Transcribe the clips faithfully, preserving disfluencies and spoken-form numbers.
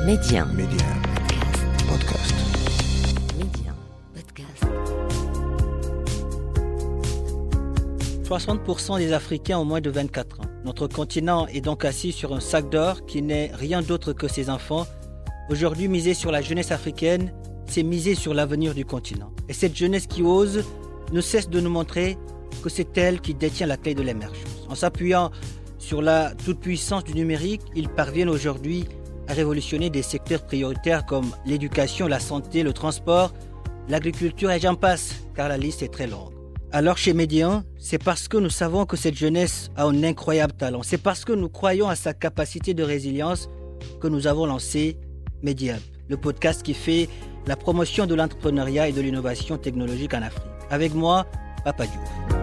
Média. Média. Podcast. Média. Podcast. soixante pour cent des Africains ont moins de vingt-quatre ans. Notre continent est donc assis sur un sac d'or qui n'est rien d'autre que ses enfants. Aujourd'hui, miser sur la jeunesse africaine, c'est miser sur l'avenir du continent. Et cette jeunesse qui ose ne cesse de nous montrer que c'est elle qui détient la clé de l'émergence. En s'appuyant sur la toute-puissance du numérique, ils parviennent aujourd'hui à révolutionner des secteurs prioritaires comme l'éducation, la santé, le transport, l'agriculture et j'en passe, car la liste est très longue. Alors chez Média, c'est parce que nous savons que cette jeunesse a un incroyable talent, c'est parce que nous croyons à sa capacité de résilience que nous avons lancé Média, le podcast qui fait la promotion de l'entrepreneuriat et de l'innovation technologique en Afrique. Avec moi, Papa Diouf.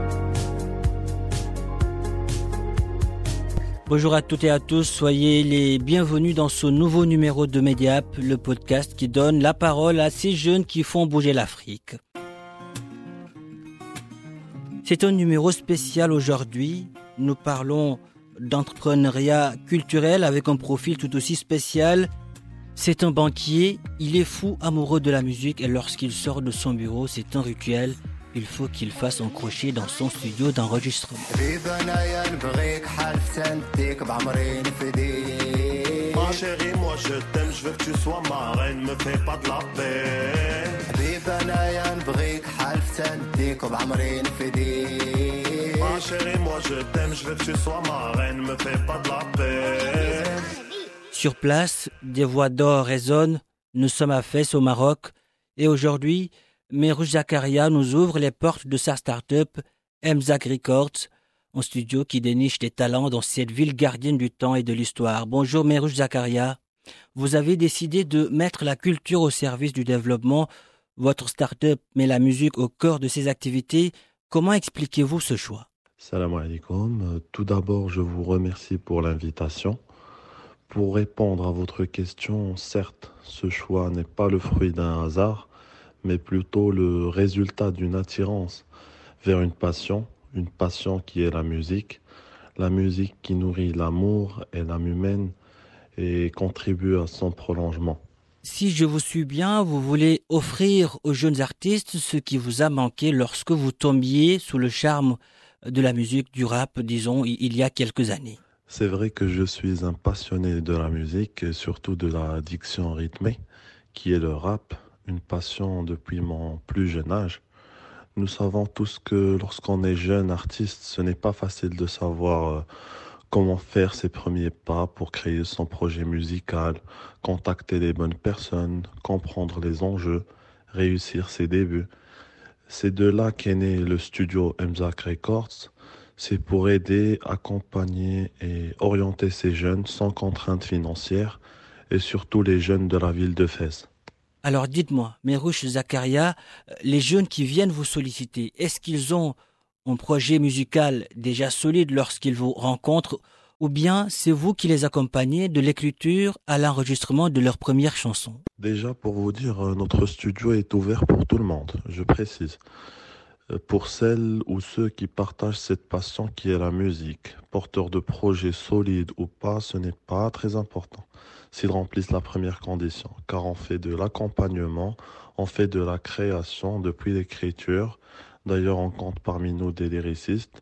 Bonjour à toutes et à tous, soyez les bienvenus dans ce nouveau numéro de Mediap, le podcast qui donne la parole à ces jeunes qui font bouger l'Afrique. C'est un numéro spécial aujourd'hui. Nous parlons d'entrepreneuriat culturel avec un profil tout aussi spécial. C'est un banquier, il est fou amoureux de la musique et lorsqu'il sort de son bureau, c'est un rituel. Il faut qu'il fasse un crochet dans son studio d'enregistrement. Ma chérie, moi je t'aime, je veux que tu sois ma reine, me fais pas de la peine. Ma chérie, moi je t'aime, je veux que tu sois ma reine, me fais pas de la peine. Sur place, des voix d'or résonnent. Nous sommes à Fès au Maroc et aujourd'hui, Mehrouch Zakaria nous ouvre les portes de sa start-up Mzak Records, un studio qui déniche des talents dans cette ville gardienne du temps et de l'histoire. Bonjour Mehrouch Zakaria. Vous avez décidé de mettre la culture au service du développement. Votre start-up met la musique au cœur de ses activités. Comment expliquez-vous ce choix? Salam alaikum. Tout d'abord, je vous remercie pour l'invitation. Pour répondre à votre question, certes, ce choix n'est pas le fruit d'un hasard, mais plutôt le résultat d'une attirance vers une passion, une passion qui est la musique, la musique qui nourrit l'amour et l'âme humaine et contribue à son prolongement. Si je vous suis bien, vous voulez offrir aux jeunes artistes ce qui vous a manqué lorsque vous tombiez sous le charme de la musique, du rap, disons, il y a quelques années. C'est vrai que je suis un passionné de la musique et surtout de la diction rythmée, qui est le rap. Une passion depuis mon plus jeune âge. Nous savons tous que lorsqu'on est jeune artiste, ce n'est pas facile de savoir euh, comment faire ses premiers pas pour créer son projet musical, contacter les bonnes personnes, comprendre les enjeux, réussir ses débuts. C'est de là qu'est né le studio Mzak Records. C'est pour aider, accompagner et orienter ces jeunes sans contraintes financières et surtout les jeunes de la ville de Fès. Alors dites-moi, Mehrouch Zakaria, les jeunes qui viennent vous solliciter, est-ce qu'ils ont un projet musical déjà solide lorsqu'ils vous rencontrent ou bien c'est vous qui les accompagnez de l'écriture à l'enregistrement de leurs premières chansons? Déjà pour vous dire, notre studio est ouvert pour tout le monde, je précise. Pour celles ou ceux qui partagent cette passion qui est la musique, porteurs de projets solides ou pas, ce n'est pas très important s'ils remplissent la première condition, car on fait de l'accompagnement, on fait de la création depuis l'écriture. D'ailleurs, on compte parmi nous des lyricistes,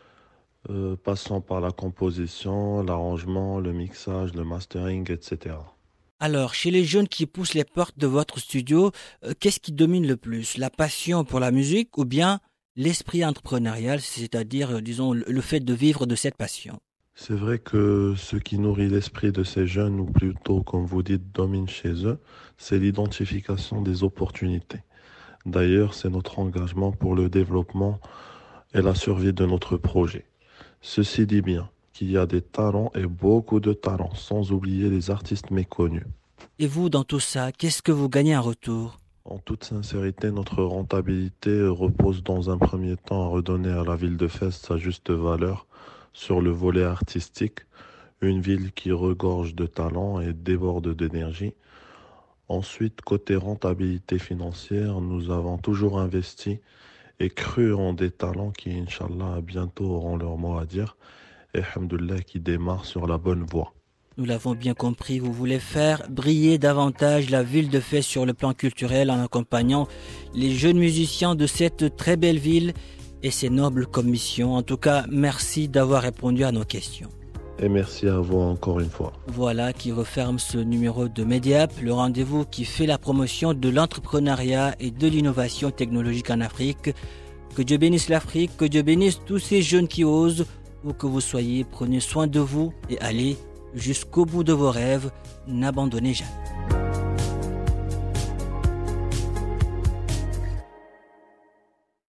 euh, passant par la composition, l'arrangement, le mixage, le mastering, et cetera. Alors, chez les jeunes qui poussent les portes de votre studio, euh, qu'est-ce qui domine le plus? La passion pour la musique ou bien l'esprit entrepreneurial, c'est-à-dire, euh, disons, le fait de vivre de cette passion? C'est vrai que ce qui nourrit l'esprit de ces jeunes, ou plutôt, comme vous dites, domine chez eux, c'est l'identification des opportunités. D'ailleurs, c'est notre engagement pour le développement et la survie de notre projet. Ceci dit bien qu'il y a des talents et beaucoup de talents, sans oublier les artistes méconnus. Et vous, dans tout ça, qu'est-ce que vous gagnez en retour? En toute sincérité, notre rentabilité repose dans un premier temps à redonner à la ville de Fès sa juste valeur sur le volet artistique, une ville qui regorge de talents et déborde d'énergie. Ensuite, côté rentabilité financière, nous avons toujours investi et cru en des talents qui, Inch'Allah, bientôt auront leur mot à dire et, alhamdoulilah, qui démarrent sur la bonne voie. Nous l'avons bien compris, vous voulez faire briller davantage la ville de Fès sur le plan culturel en accompagnant les jeunes musiciens de cette très belle ville et ses nobles commissions. En tout cas, merci d'avoir répondu à nos questions. Et merci à vous encore une fois. Voilà qui referme ce numéro de Mediap, le rendez-vous qui fait la promotion de l'entrepreneuriat et de l'innovation technologique en Afrique. Que Dieu bénisse l'Afrique, que Dieu bénisse tous ces jeunes qui osent, où que vous soyez, prenez soin de vous et allez jusqu'au bout de vos rêves, n'abandonnez jamais.